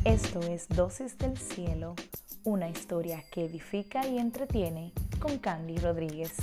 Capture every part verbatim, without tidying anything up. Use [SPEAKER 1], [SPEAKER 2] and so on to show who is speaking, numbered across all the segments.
[SPEAKER 1] Esto es Dosis del Cielo, una historia que edifica y entretiene con Candy Rodríguez.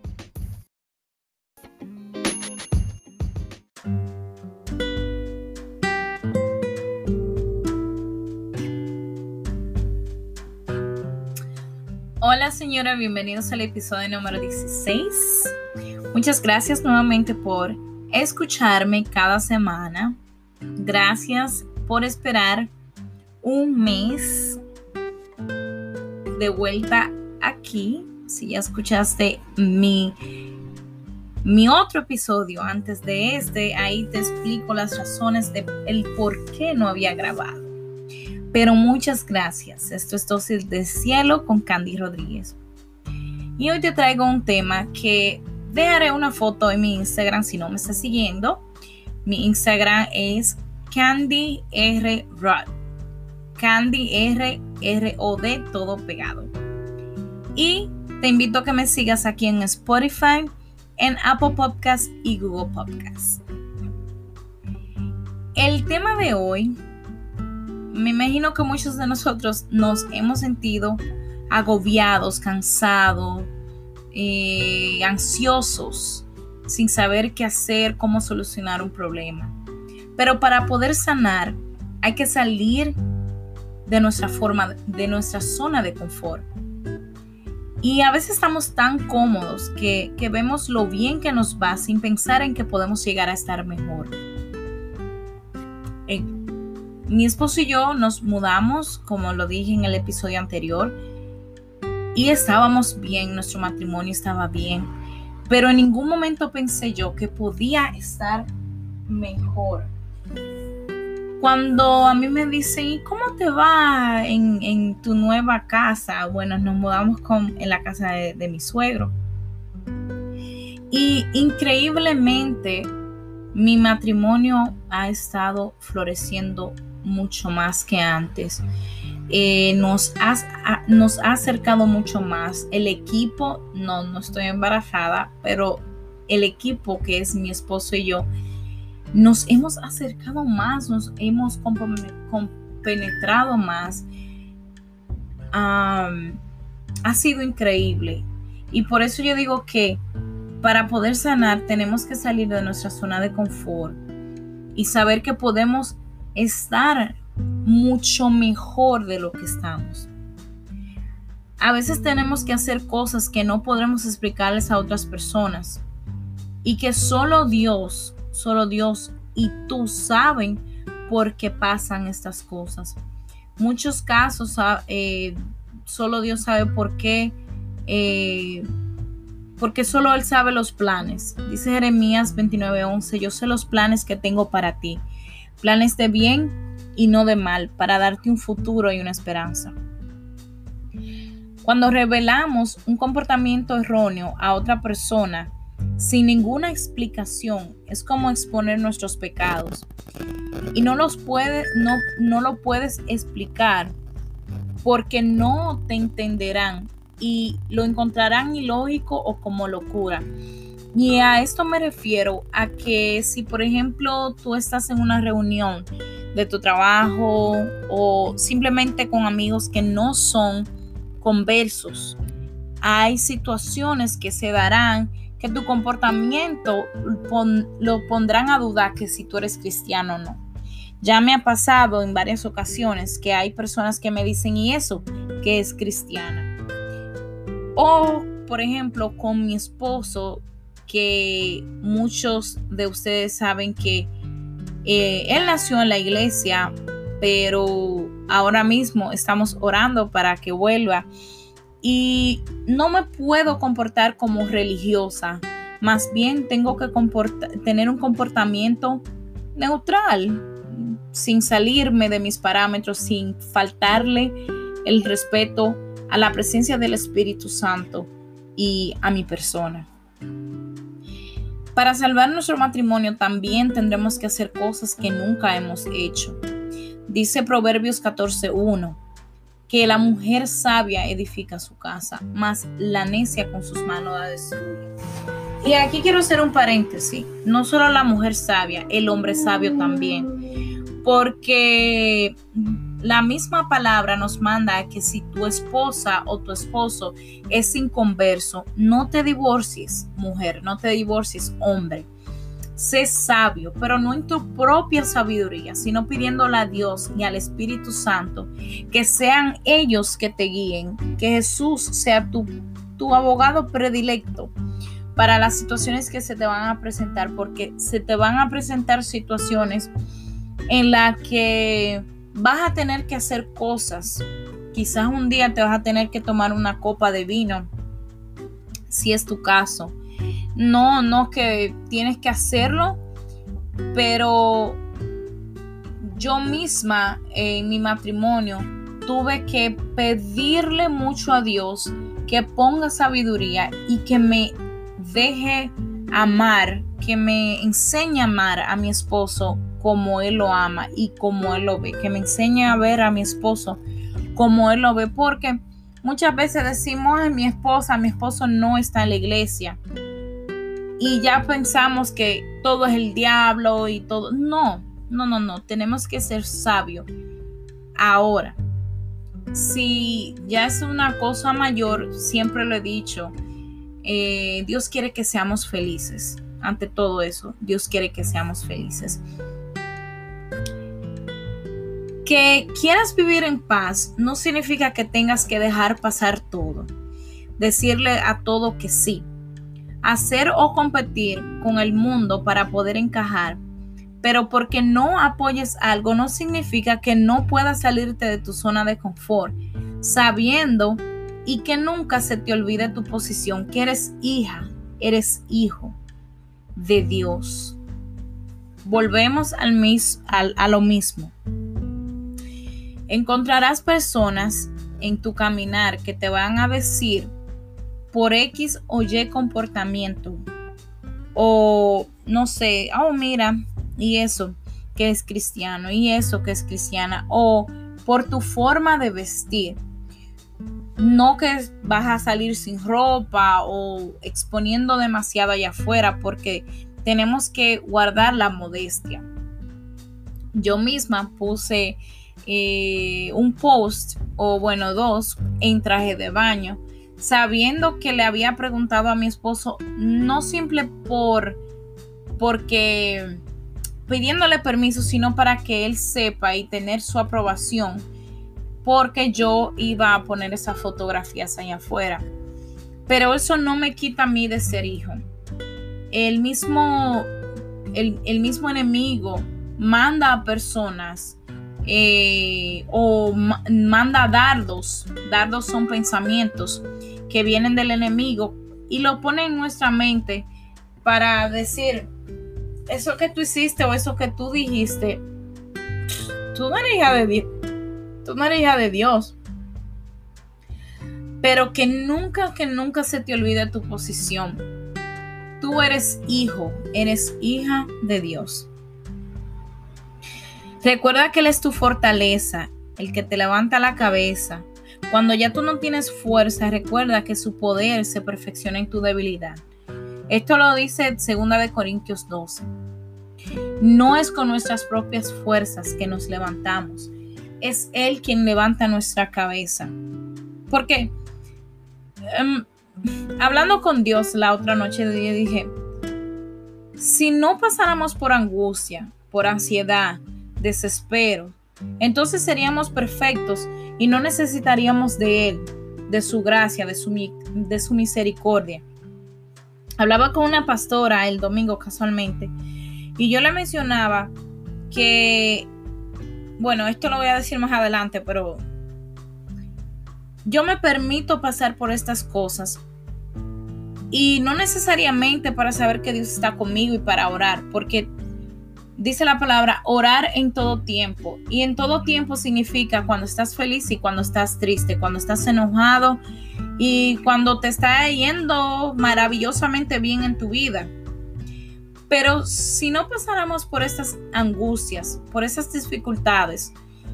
[SPEAKER 2] Hola señora, bienvenidos al episodio número dieciséis. Muchas gracias nuevamente por escucharme cada semana. Gracias por esperar un mes de vuelta aquí. Si ya escuchaste mi, mi otro episodio antes de este, ahí te explico las razones de el por qué no había grabado. Pero muchas gracias. Esto es Dosis del Cielo con Candy Rodríguez. Y hoy te traigo un tema que dejaré una foto en mi Instagram si no me estás siguiendo. Mi Instagram es Candy R Rod. Candy R R O D, todo pegado. Y te invito a que me sigas aquí en Spotify, en Apple Podcasts y Google Podcasts. El tema de hoy, me imagino que muchos de nosotros nos hemos sentido agobiados, cansados, eh, ansiosos, sin saber qué hacer, cómo solucionar un problema. Pero para poder sanar, hay que salir de nuestra forma, de nuestra zona de confort. Y a veces estamos tan cómodos que, que vemos lo bien que nos va sin pensar en que podemos llegar a estar mejor. Eh, Mi esposo y yo nos mudamos, como lo dije en el episodio anterior, y estábamos bien, nuestro matrimonio estaba bien, pero en ningún momento pensé yo que podía estar mejor. Cuando a mí me dicen, ¿y cómo te va en, en tu nueva casa? Bueno, nos mudamos con, en la casa de, de mi suegro. Y increíblemente, mi matrimonio ha estado floreciendo mucho más que antes. Eh, nos, ha, a, nos ha acercado mucho más. El equipo, no, no estoy embarazada, pero el equipo que es mi esposo y yo, nos hemos acercado más, nos hemos compenetrado más. Um, ha sido increíble. Y por eso yo digo que para poder sanar tenemos que salir de nuestra zona de confort y saber que podemos estar mucho mejor de lo que estamos. A veces tenemos que hacer cosas que no podremos explicarles a otras personas y que solo Dios, solo Dios y tú saben por qué pasan estas cosas. Muchos casos, eh, solo Dios sabe por qué, eh, porque solo Él sabe los planes. Dice Jeremías veintinueve once, yo sé los planes que tengo para ti, planes de bien y no de mal, para darte un futuro y una esperanza. Cuando revelamos un comportamiento erróneo a otra persona sin ninguna explicación, es como exponer nuestros pecados. Y no los puedes, no, no lo puedes explicar porque no te entenderán y lo encontrarán ilógico o como locura. Y a esto me refiero a que si, por ejemplo, tú estás en una reunión de tu trabajo o simplemente con amigos que no son conversos, hay situaciones que se darán que tu comportamiento pon, lo pondrán a dudar que si tú eres cristiano o no. Ya me ha pasado en varias ocasiones que hay personas que me dicen, ¿y eso qué es cristiana? O, por ejemplo, con mi esposo, que muchos de ustedes saben que eh, él nació en la iglesia, pero ahora mismo estamos orando para que vuelva. Y no me puedo comportar como religiosa, más bien tengo que comportar, tener un comportamiento neutral, sin salirme de mis parámetros, sin faltarle el respeto a la presencia del Espíritu Santo y a mi persona. Para salvar nuestro matrimonio también tendremos que hacer cosas que nunca hemos hecho. Dice Proverbios catorce uno. Que la mujer sabia edifica su casa, mas la necia con sus manos la destruye. Y aquí quiero hacer un paréntesis. No solo la mujer sabia, el hombre sabio también. Porque La misma palabra nos manda que si tu esposa o tu esposo es inconverso, no te divorcies, mujer, no te divorcies, hombre. Sé sabio, pero no en tu propia sabiduría, sino pidiéndole a Dios y al Espíritu Santo que sean ellos que te guíen, que Jesús sea tu, tu abogado predilecto para las situaciones que se te van a presentar, porque se te van a presentar situaciones en las que vas a tener que hacer cosas. Quizás un día te vas a tener que tomar una copa de vino, si es tu caso. No, no que tienes que hacerlo, pero yo misma en mi matrimonio tuve que pedirle mucho a Dios que ponga sabiduría y que me deje amar, que me enseñe a amar a mi esposo como Él lo ama y como Él lo ve, que me enseñe a ver a mi esposo como Él lo ve, porque muchas veces decimos, ay, mi esposa, mi esposo no está en la iglesia. Y ya pensamos que todo es el diablo y todo. No, no, no, no. Tenemos que ser sabios. Ahora, si ya es una cosa mayor, siempre lo he dicho, eh, Dios quiere que seamos felices. Ante todo eso, Dios quiere que seamos felices. Que quieras vivir en paz no significa que tengas que dejar pasar todo. Decirle a todo que sí. Hacer o competir con el mundo para poder encajar, pero porque no apoyes algo no significa que no puedas salirte de tu zona de confort, sabiendo y que nunca se te olvide tu posición, que eres hija, eres hijo de Dios. Volvemos al mis, al, a lo mismo. Encontrarás personas en tu caminar que te van a decir por X o Y comportamiento, o no sé, oh mira, y eso que es cristiano, y eso que es cristiana, o por tu forma de vestir, no que vas a salir sin ropa o exponiendo demasiado allá afuera, porque tenemos que guardar la modestia. Yo misma puse eh, un post, o bueno, dos, en traje de baño, sabiendo que le había preguntado a mi esposo, no simple por porque pidiéndole permiso, sino para que él sepa y tener su aprobación, porque yo iba a poner esas fotografías allá afuera. Pero eso no me quita a mí de ser hijo. El mismo, el, el mismo enemigo manda a personas eh, o ma- manda dardos. Dardos son pensamientos que vienen del enemigo y lo pone en nuestra mente para decir, eso que tú hiciste o eso que tú dijiste, tú no eres hija de Dios, tú no eres hija de Dios. Pero que nunca, que nunca se te olvide tu posición. Tú eres hijo, eres hija de Dios. Recuerda que Él es tu fortaleza, el que te levanta la cabeza. Cuando ya tú no tienes fuerza, recuerda que su poder se perfecciona en tu debilidad. Esto lo dice segunda de Corintios doce. No es con nuestras propias fuerzas que nos levantamos. Es Él quien levanta nuestra cabeza. ¿Por qué? Um, hablando con Dios la otra noche, yo dije, si no pasáramos por angustia, por ansiedad, desespero, entonces seríamos perfectos y no necesitaríamos de Él, de su gracia, de su, de su misericordia. Hablaba con una pastora el domingo casualmente y yo le mencionaba que, bueno, esto lo voy a decir más adelante, pero yo me permito pasar por estas cosas y no necesariamente para saber que Dios está conmigo y para orar, porque dice la palabra orar en todo tiempo, y en todo tiempo significa cuando estás feliz y cuando estás triste, cuando estás enojado y cuando te está yendo maravillosamente bien en tu vida. Pero si no pasáramos por estas angustias, por esas dificultades,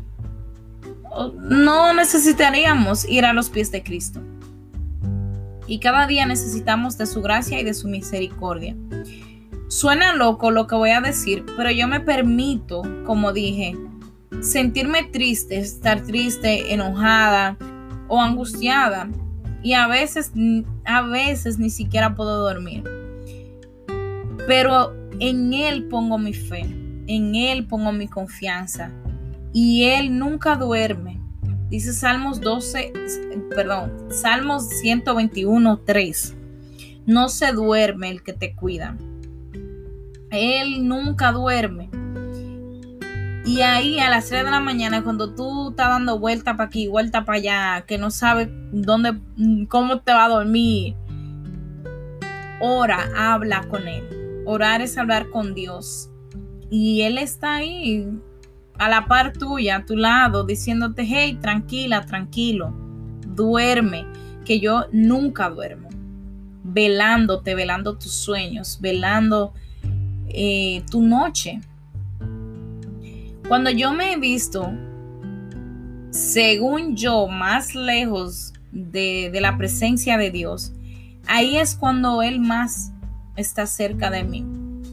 [SPEAKER 2] no necesitaríamos ir a los pies de Cristo. Y cada día necesitamos de su gracia y de su misericordia. Suena loco lo que voy a decir, pero yo me permito, como dije, sentirme triste, estar triste, enojada o angustiada. Y a veces, a veces ni siquiera puedo dormir. Pero en Él pongo mi fe, en Él pongo mi confianza. Y Él nunca duerme. Dice Salmos doce, perdón, Salmos ciento veintiuno, tres. No se duerme el que te cuida. Él nunca duerme. Y ahí a las tres de la mañana, cuando tú estás dando vuelta para aquí, vuelta para allá, que no sabes dónde, cómo te va a dormir, ora, habla con Él. Orar es hablar con Dios. Y Él está ahí, a la par tuya, a tu lado, diciéndote, hey, tranquila, tranquilo, duerme, que yo nunca duermo, velándote, velando tus sueños, velando eh, tu noche. Cuando yo me he visto, según yo, más lejos de, de la presencia de Dios, ahí es cuando Él más está cerca de mí.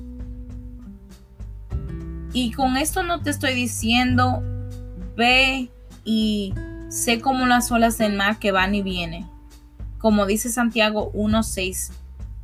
[SPEAKER 2] Y con esto no te estoy diciendo, ve y sé como las olas del mar que van y vienen, como dice Santiago uno seis,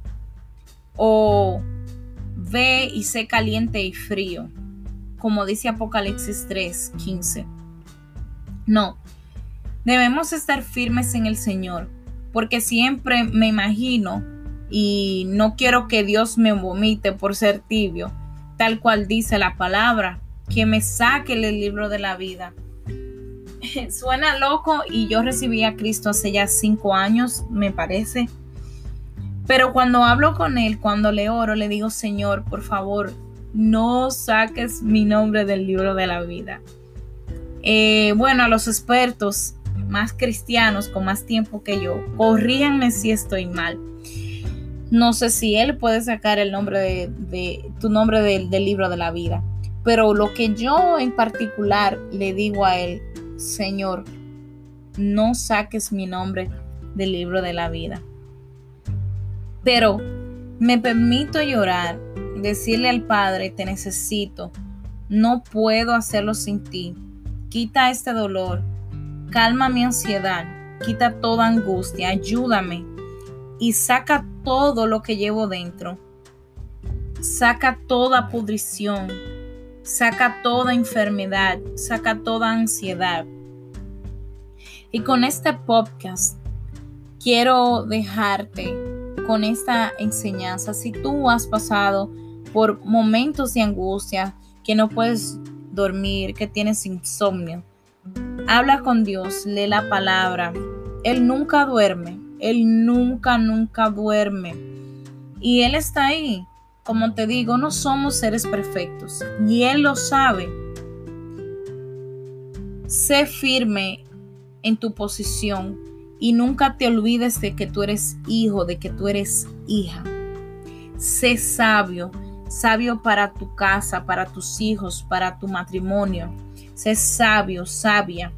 [SPEAKER 2] o ve y sé caliente y frío, como dice Apocalipsis tres quince. No, debemos estar firmes en el Señor, porque siempre me imagino, y no quiero que Dios me vomite por ser tibio, tal cual dice la palabra, que me saque el libro de la vida. Suena loco, y yo recibí a Cristo hace ya cinco años, me parece. Pero cuando hablo con Él, cuando le oro, le digo, Señor, por favor, no saques mi nombre del libro de la vida. Eh, bueno, a los expertos más cristianos con más tiempo que yo, corríjanme si estoy mal. No sé si Él puede sacar el nombre de, de tu nombre de, del libro de la vida, pero lo que yo en particular le digo a Él, Señor, no saques mi nombre del libro de la vida. Pero me permito llorar, decirle al Padre, te necesito, no puedo hacerlo sin ti. Quita este dolor, calma mi ansiedad, quita toda angustia, ayúdame y saca todo lo que llevo dentro. Saca toda pudrición, saca toda enfermedad, saca toda ansiedad. Y con este podcast quiero dejarte con esta enseñanza. Si tú has pasado por momentos de angustia, que no puedes dormir, que tienes insomnio, habla con Dios, lee la palabra. Él nunca duerme, Él nunca, nunca duerme. Y Él está ahí. Como te digo, no somos seres perfectos y Él lo sabe. Sé firme en tu posición y nunca te olvides de que tú eres hijo, de que tú eres hija. Sé sabio, sabio para tu casa, para tus hijos, para tu matrimonio. Sé sabio, sabia.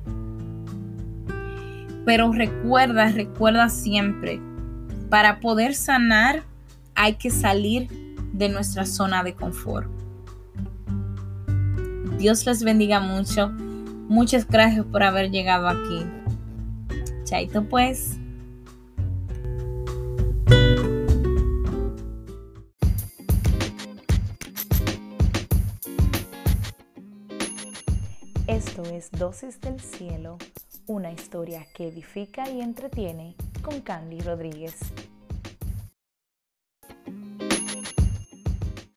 [SPEAKER 2] Pero recuerda, recuerda siempre, para poder sanar hay que salir de nuestra zona de confort. Dios les bendiga mucho. Muchas gracias por haber llegado aquí. Chaito pues.
[SPEAKER 1] Esto es Dosis del Cielo, una historia que edifica y entretiene con Candy Rodríguez.